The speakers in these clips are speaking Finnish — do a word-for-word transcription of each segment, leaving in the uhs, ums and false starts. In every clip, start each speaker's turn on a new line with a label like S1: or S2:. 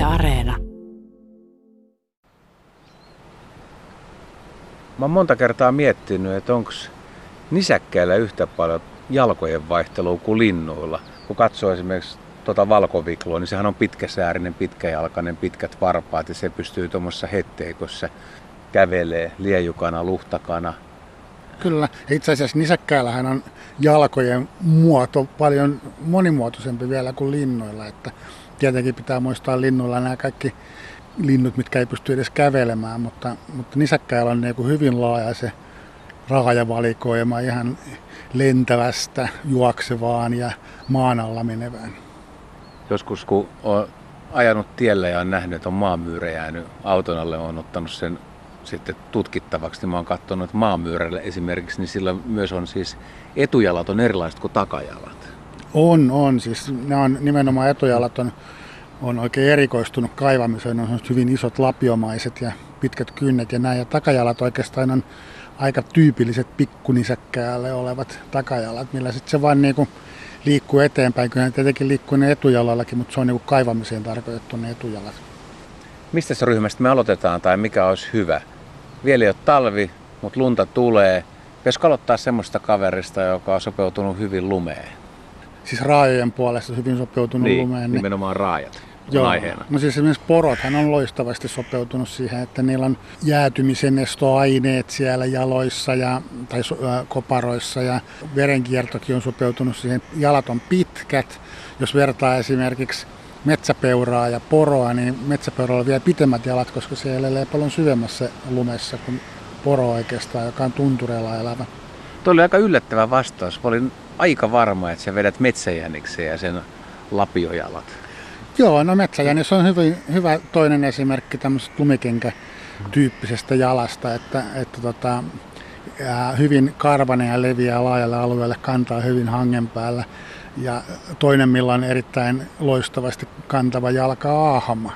S1: Areena.
S2: Mä oon monta kertaa miettinyt, että onko nisäkkäillä yhtä paljon jalkojen vaihtelua kuin linnuilla. Kun katsoo esimerkiksi tuota valkovikloa, niin sehän on pitkäsäärinen, pitkäjalkainen, pitkät varpaat ja se pystyy tuommoisessa hetteikossa kävelee liejukana, luhtakana.
S3: Kyllä. Itse asiassa nisäkkäillähän on jalkojen muoto paljon monimuotoisempi vielä kuin linnuilla. Että tietenkin pitää muistaa linnuilla nämä kaikki linnut, mitkä ei pysty edes kävelemään, mutta, mutta nisäkkäillä on niin kuin hyvin laaja se raajavalikoima ihan lentävästä, juoksevaan ja maan alla menevään.
S2: Joskus kun on ajanut tiellä ja on nähnyt, että on maamyyrä jäänyt auton alle, on ottanut sen sitten tutkittavaksi, niin mä oon katsonut, että maamyyrällä esimerkiksi, niin sillä myös on siis etujalat on erilaiset kuin takajalat.
S3: On, on. Siis ne on nimenomaan etujalat on, on oikein erikoistunut kaivamiseen. Ne on hyvin isot lapiomaiset ja pitkät kynnet ja näin. Ja takajalat oikeastaan on aika tyypilliset pikkunisäkkäälle olevat takajalat, millä sitten se vaan niinku liikkuu eteenpäin. Kyllä ne tietenkin liikkuu ne etujalallakin, mutta se on niinku kaivamiseen tarkoitettu ne etujalat.
S2: Mistä se ryhmästä me aloitetaan tai mikä olisi hyvä? Vielä ei ole talvi, mutta lunta tulee. Pitäisikö aloittaa semmoista kaverista, joka on sopeutunut hyvin lumeen?
S3: Siis raajojen puolesta hyvin sopeutunut
S2: niin,
S3: lumeen. Niin
S2: nimenomaan raajat.
S3: Joo.
S2: Aiheena.
S3: No siis esimerkiksi porothan on loistavasti sopeutunut siihen, että niillä on jäätymisen estoaineet siellä jaloissa ja, tai koparoissa ja verenkiertokin on sopeutunut siihen. Jalat on pitkät. Jos vertaa esimerkiksi metsäpeuraa ja poroa, niin metsäpeuralla on vielä pitemmät jalat, koska se elelee paljon syvemmässä lumessa kuin poro oikeastaan, joka on tuntureilla elävä.
S2: Tuo oli aika yllättävä vastaus. Mä olin aika varma, että sä vedät metsäjäniksen ja sen lapiojalat. Joo,
S3: no metsäjänis on hyvin, hyvä toinen esimerkki tämmöisestä lumikenkä-tyyppisestä jalasta, että, että tota, hyvin karvanen ja leviää laajalle alueelle, kantaa hyvin hangen päällä. Ja toinen, millä on erittäin loistavasti kantava jalka, aahama.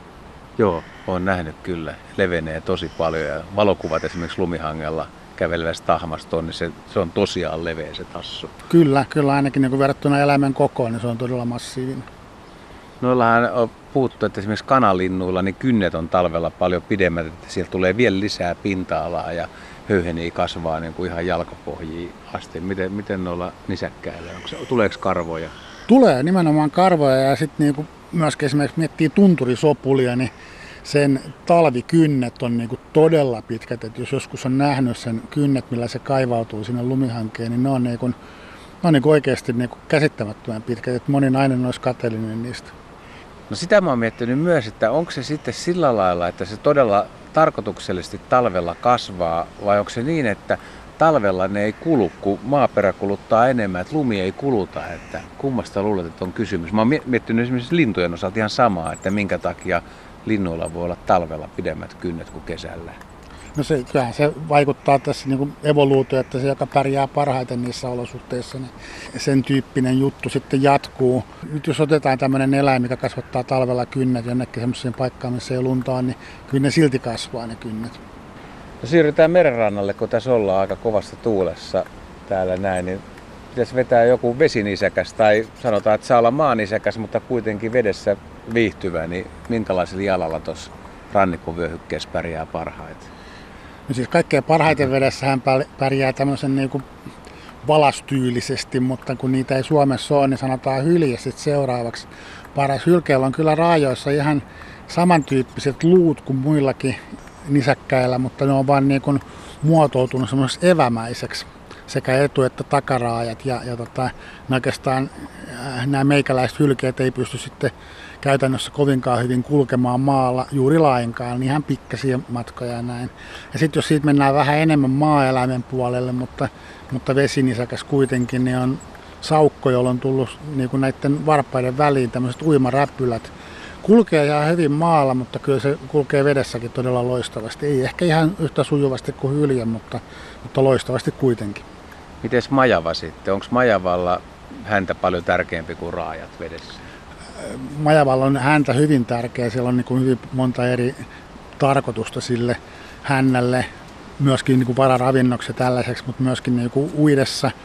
S2: Joo, olen nähnyt kyllä. Levenee tosi paljon ja valokuvat esimerkiksi lumihangella kävelevästä ahmasta on, niin se, se on tosiaan leveä se tassu.
S3: Kyllä, kyllä ainakin niin kuin verrattuna eläimen kokoon, niin se on todella massiivinen.
S2: Noillahan on puhuttu, että esimerkiksi kanalinnuilla niin kynnet on talvella paljon pidemmät, että sieltä tulee vielä lisää pinta-alaa ja höyheniä kasvaa niin kuin ihan jalkapohjiin asti. Miten, miten noilla nisäkkäillä? Onko, tuleeko karvoja?
S3: Tulee nimenomaan karvoja ja sitten niin kuin myöskin esimerkiksi miettii tunturisopulia, niin sen talvikynnet on niin kuin todella pitkät. Et jos joskus on nähnyt sen kynnet, millä se kaivautuu sinne lumihankeen, niin ne on, niin kuin, ne on niin kuin oikeasti niin kuin käsittämättömän pitkät. Et moni nainen olisi kateellinen niistä.
S2: No sitä mä oon miettinyt myös, että onko se sitten sillä lailla, että se todella tarkoituksellisesti talvella kasvaa, vai onko se niin, että talvella ne ei kulu, kun maaperä kuluttaa enemmän, että lumi ei kuluta, että kummasta luulet, että on kysymys. Mä oon miettinyt esimerkiksi lintujen osalta ihan samaa, että minkä takia linnuilla voi olla talvella pidemmät kynnet kuin kesällä.
S3: No se, kyllähän se vaikuttaa tässä niin kuin evoluutio, että se, joka pärjää parhaiten niissä olosuhteissa, niin sen tyyppinen juttu sitten jatkuu. Nyt jos otetaan tämmöinen eläin, mikä kasvattaa talvella kynnet jonnekin semmoiseen paikkaan, missä ei lunta on, niin kyllä ne silti kasvaa ne kynnet.
S2: No siirrytään merenrannalle, kun tässä ollaan aika kovassa tuulessa täällä näin, niin pitäisi vetää joku vesinisäkäs tai sanotaan, että saa olla maanisäkäs, mutta kuitenkin vedessä viihtyvä, niin minkälaisella jalalla tuossa rannikkovyöhykkeessä pärjää parhaiten?
S3: No siis kaikkein parhaiten vedessähän pärjää tämmöisen niin kuin valastyylisesti, mutta kun niitä ei Suomessa ole, niin sanotaan hylje sitten seuraavaksi. Paras hylkeellä on kyllä raajoissa ihan samantyyppiset luut kuin muillakin nisäkkäillä, mutta ne on vaan niin kuin muotoutunut semmoiseksi evämäiseksi sekä etu- että takaraajat. Ja, ja tota, oikeastaan äh, nämä meikäläiset hylkeet ei pysty sitten käytännössä kovinkaan hyvin kulkemaan maalla juuri lainkaan, niin ihan pikkaisia matkoja ja näin. Ja sitten jos siitä mennään vähän enemmän maaeläimen puolelle, mutta, mutta vesinisäkäs kuitenkin, niin on saukko, jolla on tullut niin kuin näiden varpaiden väliin tämmöiset uimaräpylät. Kulkee ihan hyvin maalla, mutta kyllä se kulkee vedessäkin todella loistavasti. Ei ehkä ihan yhtä sujuvasti kuin hylje, mutta, mutta loistavasti kuitenkin.
S2: Mites majava sitten? Onko majavalla häntä paljon tärkeämpi kuin raajat vedessä?
S3: Majavalla on häntä hyvin tärkeä. Siellä on niin kuin hyvin monta eri tarkoitusta sille hännälle. Myöskin niin kuin vararavinnoksi tällaiseksi, mutta myöskin niin kuin uidessa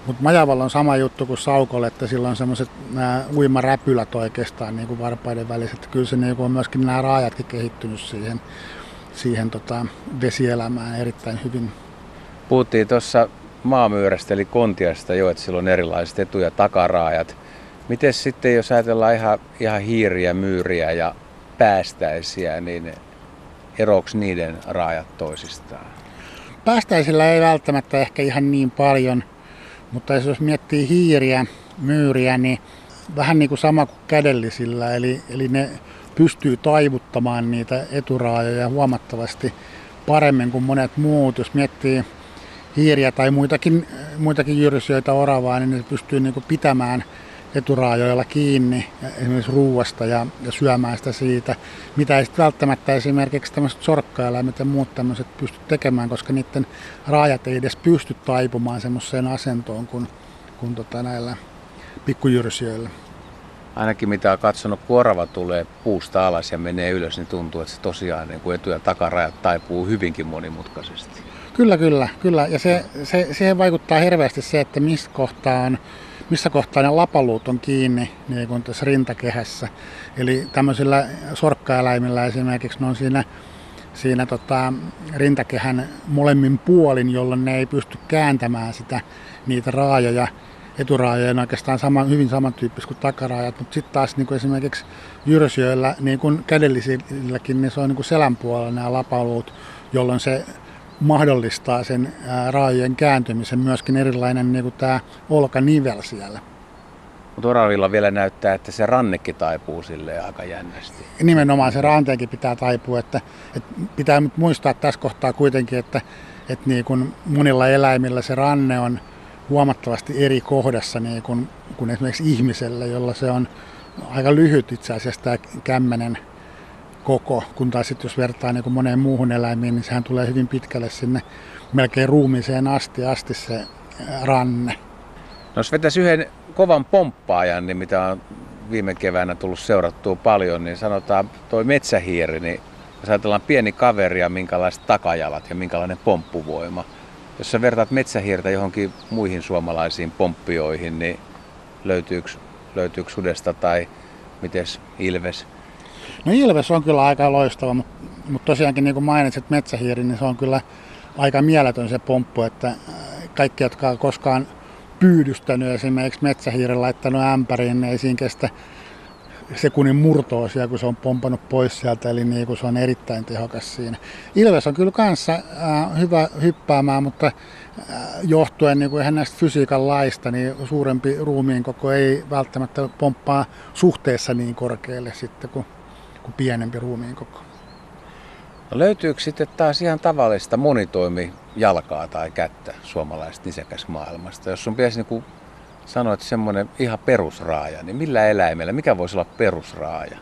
S3: Mutta majavalla on sama juttu kuin saukolle, että sillä on semmoiset uimaräpylät oikeastaan niin kuin varpaiden välissä. Että kyllä se niin kuin on myöskin nämä raajatkin kehittynyt siihen, siihen tota, vesielämään erittäin hyvin.
S2: Puhuttiin tuossa maamyyrästä eli kontiasta jo, että sillä on erilaiset etu- ja takaraajat. Miten sitten, jos ajatellaan ihan, ihan hiiriä, myyriä ja päästäisiä, niin eroaks niiden raajat toisistaan?
S3: Päästäisillä ei välttämättä ehkä ihan niin paljon, mutta jos miettii hiiriä, myyriä, niin vähän niin kuin sama kuin kädellisillä, eli, eli ne pystyy taivuttamaan niitä eturaajoja huomattavasti paremmin kuin monet muut. Jos miettii hiiriä tai muitakin, muitakin jyrsijöitä, oravaa, niin ne pystyy niin kuin pitämään eturaajoilla kiinni esimerkiksi ruuasta ja, ja syömään sitä siitä, mitä ei sitten välttämättä esimerkiksi tämmöiset sorkkaeläimet ja muut tämmöiset pysty tekemään, koska niiden raajat ei edes pysty taipumaan semmoiseen asentoon kuin, kuin tota näillä pikkujyrsijöillä.
S2: Ainakin mitä on katsonut, kun orava tulee puusta alas ja menee ylös, niin tuntuu, että se tosiaan niin kuin etu- ja takarajat taipuu hyvinkin monimutkaisesti.
S3: Kyllä, kyllä, kyllä. Ja se, se, siihen vaikuttaa hirveästi se, että missä kohtaa on missä kohtaa ne lapaluut on kiinni niin kuin tässä rintakehässä. Eli tämmöisillä sorkkaeläimillä esimerkiksi ne on siinä, siinä tota, rintakehän molemmin puolin, jolloin ne ei pysty kääntämään sitä, niitä raajoja. Eturaajoja on oikeastaan sama, hyvin samantyyppisiä kuin takaraajat, mutta sitten taas niin kuin esimerkiksi jyrsijöillä, niin kuin kädellisilläkin, niin se on niin kuin selän puolella nämä lapaluut, jolloin se mahdollistaa sen raajojen kääntymisen, myöskin erilainen niin kuin tämä olkanivel siellä.
S2: Mutta oravilla vielä näyttää, että se rannekin taipuu silleen aika jännästi.
S3: Nimenomaan se ranteenkin pitää taipua, että, että pitää muistaa tässä kohtaa kuitenkin, että, että niin kuin monilla eläimillä se ranne on huomattavasti eri kohdassa niin kuin, kuin esimerkiksi ihmisellä, jolla se on aika lyhyt itse asiassa tämä kämmenen koko, kun taas sitten jos vertaa niin kuin moneen muuhun eläimiin, niin sehän tulee hyvin pitkälle sinne melkein ruumiiseen asti, asti se ranne.
S2: No jos vetäisi yhden kovan pomppaajan, niin mitä on viime keväänä tullut seurattua paljon, niin sanotaan toi metsähiiri, niin jos ajatellaan pieni kaveri ja minkälaiset takajalat ja minkälainen pomppuvoima. Jos sä vertaat metsähiirtä johonkin muihin suomalaisiin pomppioihin, niin löytyykö, löytyykö sudesta tai mites ilves?
S3: No ilves on kyllä aika loistava, mutta, mutta tosiaankin niin kuin mainitsit metsähiiri, niin se on kyllä aika mieletön se pomppu, että kaikki, jotka on koskaan pyydystänyt esimerkiksi metsähiiren laittanut ämpäriin, niin ei siinä kestä sekunnin murtoosia, kun se on pompannut pois sieltä, eli niin kuin se on erittäin tehokas siinä. Ilves on kyllä kanssa äh, hyvä hyppäämään, mutta äh, johtuen niin kuin näistä fysiikan laista, niin suurempi ruumiin koko ei välttämättä pomppaa suhteessa niin korkealle sitten kuin, kuin pienempi ruumiin koko.
S2: No löytyykö sitten taas ihan tavallista monitoimijalkaa tai kättä suomalaisesta nisäkäsmaailmasta? Jos sun pitäisi niin sanoa, että semmoinen ihan perusraaja, niin millä eläimellä, mikä voisi olla perusraaja?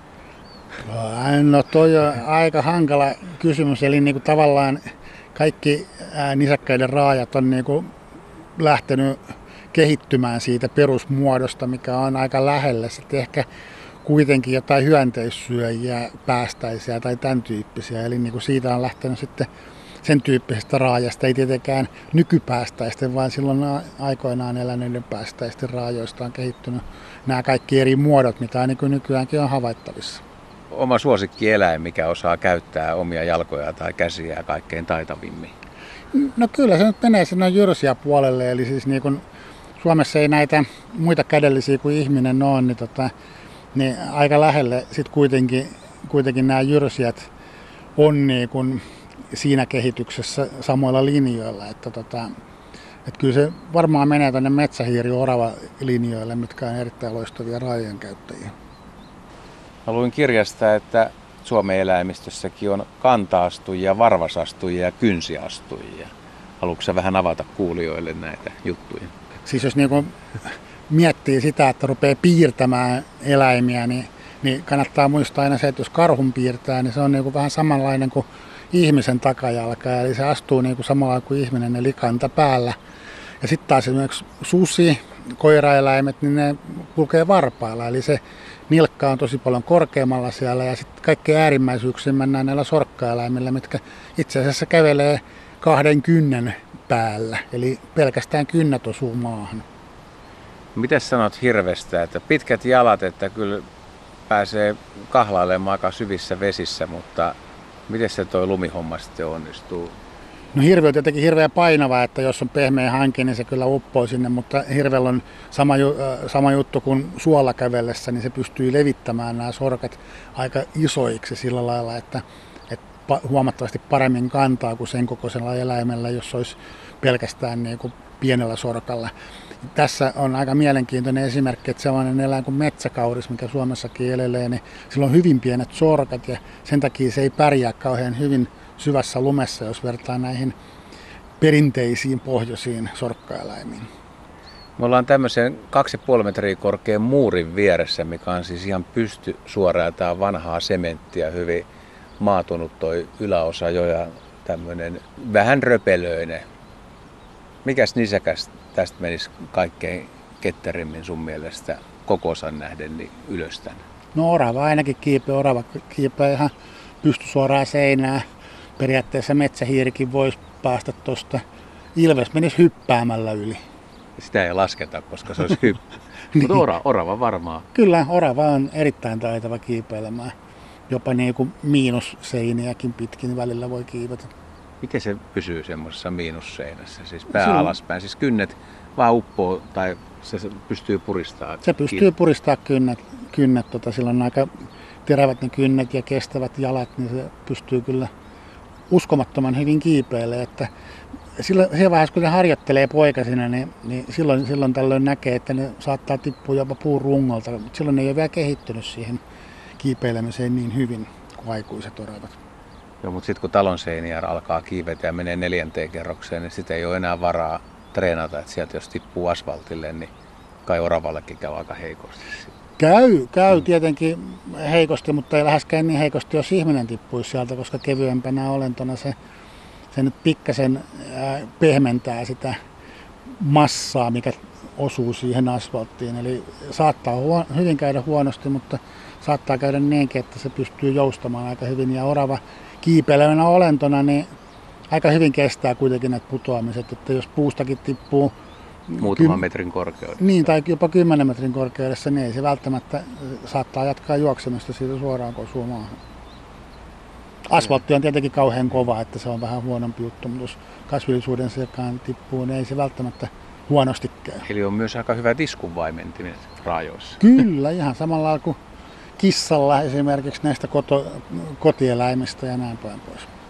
S3: No toi on aika hankala kysymys, eli niin kuin tavallaan kaikki nisäkkäiden raajat on niin kuin lähtenyt kehittymään siitä perusmuodosta, mikä on aika lähellä. Sitten ehkä kuitenkin jotain hyönteissyöjiä, päästäisiä tai tämän tyyppisiä, eli niin kuin siitä on lähtenyt sitten sen tyyppisestä raajasta, ei tietenkään nykypäästäisten, vaan silloin aikoinaan eläneiden päästäisten raajoista on kehittynyt nämä kaikki eri muodot, mitä niin kuin nykyäänkin on havaittavissa.
S2: Oma suosikkieläin, mikä osaa käyttää omia jalkoja tai käsiä kaikkein taitavimmin?
S3: No kyllä se nyt menee sinne jyrsiä puolelle, eli siis niin kuin Suomessa ei näitä muita kädellisiä kuin ihminen ole, niin, tota, niin aika lähelle sitten kuitenkin, kuitenkin nämä jyrsijät on niin kuin siinä kehityksessä samoilla linjoilla, että, tota, että kyllä se varmaan menee tuonne metsähiiri-orava-linjoille, mitkä on erittäin loistavia raajojen käyttäjiä.
S2: Luin kirjasta, että Suomen eläimistössäkin on kanta-astujia, varvasastujia ja kynsiastujia. Haluatko sä vähän avata kuulijoille näitä juttuja?
S3: Siis jos niin kuin miettii sitä, että rupeaa piirtämään eläimiä, niin, niin kannattaa muistaa aina se, että jos karhun piirtää, niin se on niin kuin vähän samanlainen kuin ihmisen takajalka, eli se astuu niin kuin samalla kuin ihminen, eli kanta päällä. Ja sitten taas esimerkiksi susi, koiraeläimet, niin ne kulkee varpailla, eli se nilkka on tosi paljon korkeammalla siellä, ja sitten kaikkein äärimmäisyyksiin mennään näillä sorkkaeläimillä, mitkä itse asiassa kävelee kahden kynnen päällä, eli pelkästään kynnet osuu maahan.
S2: Miten sanot hirvestä, että pitkät jalat, että kyllä pääsee kahlailemaan aika syvissä vesissä, mutta miten se toi lumihomma sitten onnistuu?
S3: No hirvi on tietenkin hirveän painava, että jos on pehmeä hanki, niin se kyllä uppoo sinne, mutta hirvellä on sama, ju- sama juttu kuin suolla kävellessä, niin se pystyy levittämään nämä sorkat aika isoiksi sillä lailla, että, että huomattavasti paremmin kantaa kuin sen kokoisella eläimellä, jos olisi pelkästään niin kuin pienellä sorkalla. Tässä on aika mielenkiintoinen esimerkki, että sellainen eläin kuin metsäkauris, mikä Suomessakin elelee, niin sillä on hyvin pienet sorkat ja sen takia se ei pärjää kauhean hyvin syvässä lumessa, jos vertaa näihin perinteisiin pohjoisiin sorkkaeläimiin.
S2: Me ollaan tämmöisen kaksi pilkku viisi metriä korkean muurin vieressä, mikä on siis ihan pysty suoraan. Tämä on vanhaa sementtiä, hyvin maatunut toi yläosa jo ja tämmöinen vähän röpelöinen. Mikäs nisäkäs tästä menisi kaikkein ketterimmin sun mielestä kokosan nähden niin ylös tänne?
S3: No orava ainakin kiipeä, orava kiipeä ihan pysty suoraan seinään. Periaatteessa metsähiirikin voisi päästä tuosta. Ilves menisi hyppäämällä yli.
S2: Sitä ei lasketa, koska se olisi hyppy.
S3: Niin.
S2: Mutta ora, orava varmaan.
S3: Kyllä, orava on erittäin taitava kiipeilemään. Jopa niin kuin miinusseiniäkin pitkin välillä voi kiivetä.
S2: Miten se pysyy semmoisessa miinusseinässä? Siis pää
S3: Silloin-
S2: alaspäin, siis kynnet vaan uppoo tai se se pystyy puristamaan?
S3: Se pystyy puristamaan kynnet. kynnet tota, sillä on aika terävät ne kynnet ja kestävät jalat, niin se pystyy kyllä uskomattoman hyvin kiipeilemään. Että silloin, siinä vaiheessa, kun se harjoittelee poikasina, niin, niin silloin, silloin tällöin näkee, että ne saattaa tippua jopa puun rungolta, mutta silloin ne ei ole vielä kehittynyt siihen kiipeilemiseen niin hyvin kuin aikuiset oravat.
S2: Joo, mutta sitten kun talon seiniä alkaa kiivetä ja menee neljänteen kerrokseen, niin sitä ei ole enää varaa treenata. Että sieltä jos tippuu asfaltille, niin kai oravallekin käy aika heikosti.
S3: Käy, käy tietenkin heikosti, mutta ei läheskään niin heikosti, jos ihminen tippuisi sieltä, koska kevyempänä olentona se, se nyt pikkasen ää, pehmentää sitä massaa, mikä osuu siihen asfalttiin. Eli saattaa huon, hyvin käydä huonosti, mutta saattaa käydä niinkin, että se pystyy joustamaan aika hyvin. Ja orava kiipeilevänä olentona niin aika hyvin kestää kuitenkin näitä putoamiset, että jos puustakin tippuu
S2: Muutaman
S3: Kym-
S2: metrin korkeudessa.
S3: niin, tai jopa kymmenen metrin korkeudessa, niin ei se välttämättä saattaa jatkaa juoksemista siitä suoraan kun osuu maahan. Asfaltti on tietenkin kauhean kova, että se on vähän huonompi juttu, mutta jos kasvillisuuden sekaan tippuu, niin ei se välttämättä huonosti käy.
S2: Eli on myös aika hyvät iskunvaimentimet raajoissa.
S3: Kyllä, ihan samalla lailla kuin kissalla esimerkiksi näistä koto, kotieläimistä ja näin päin pois.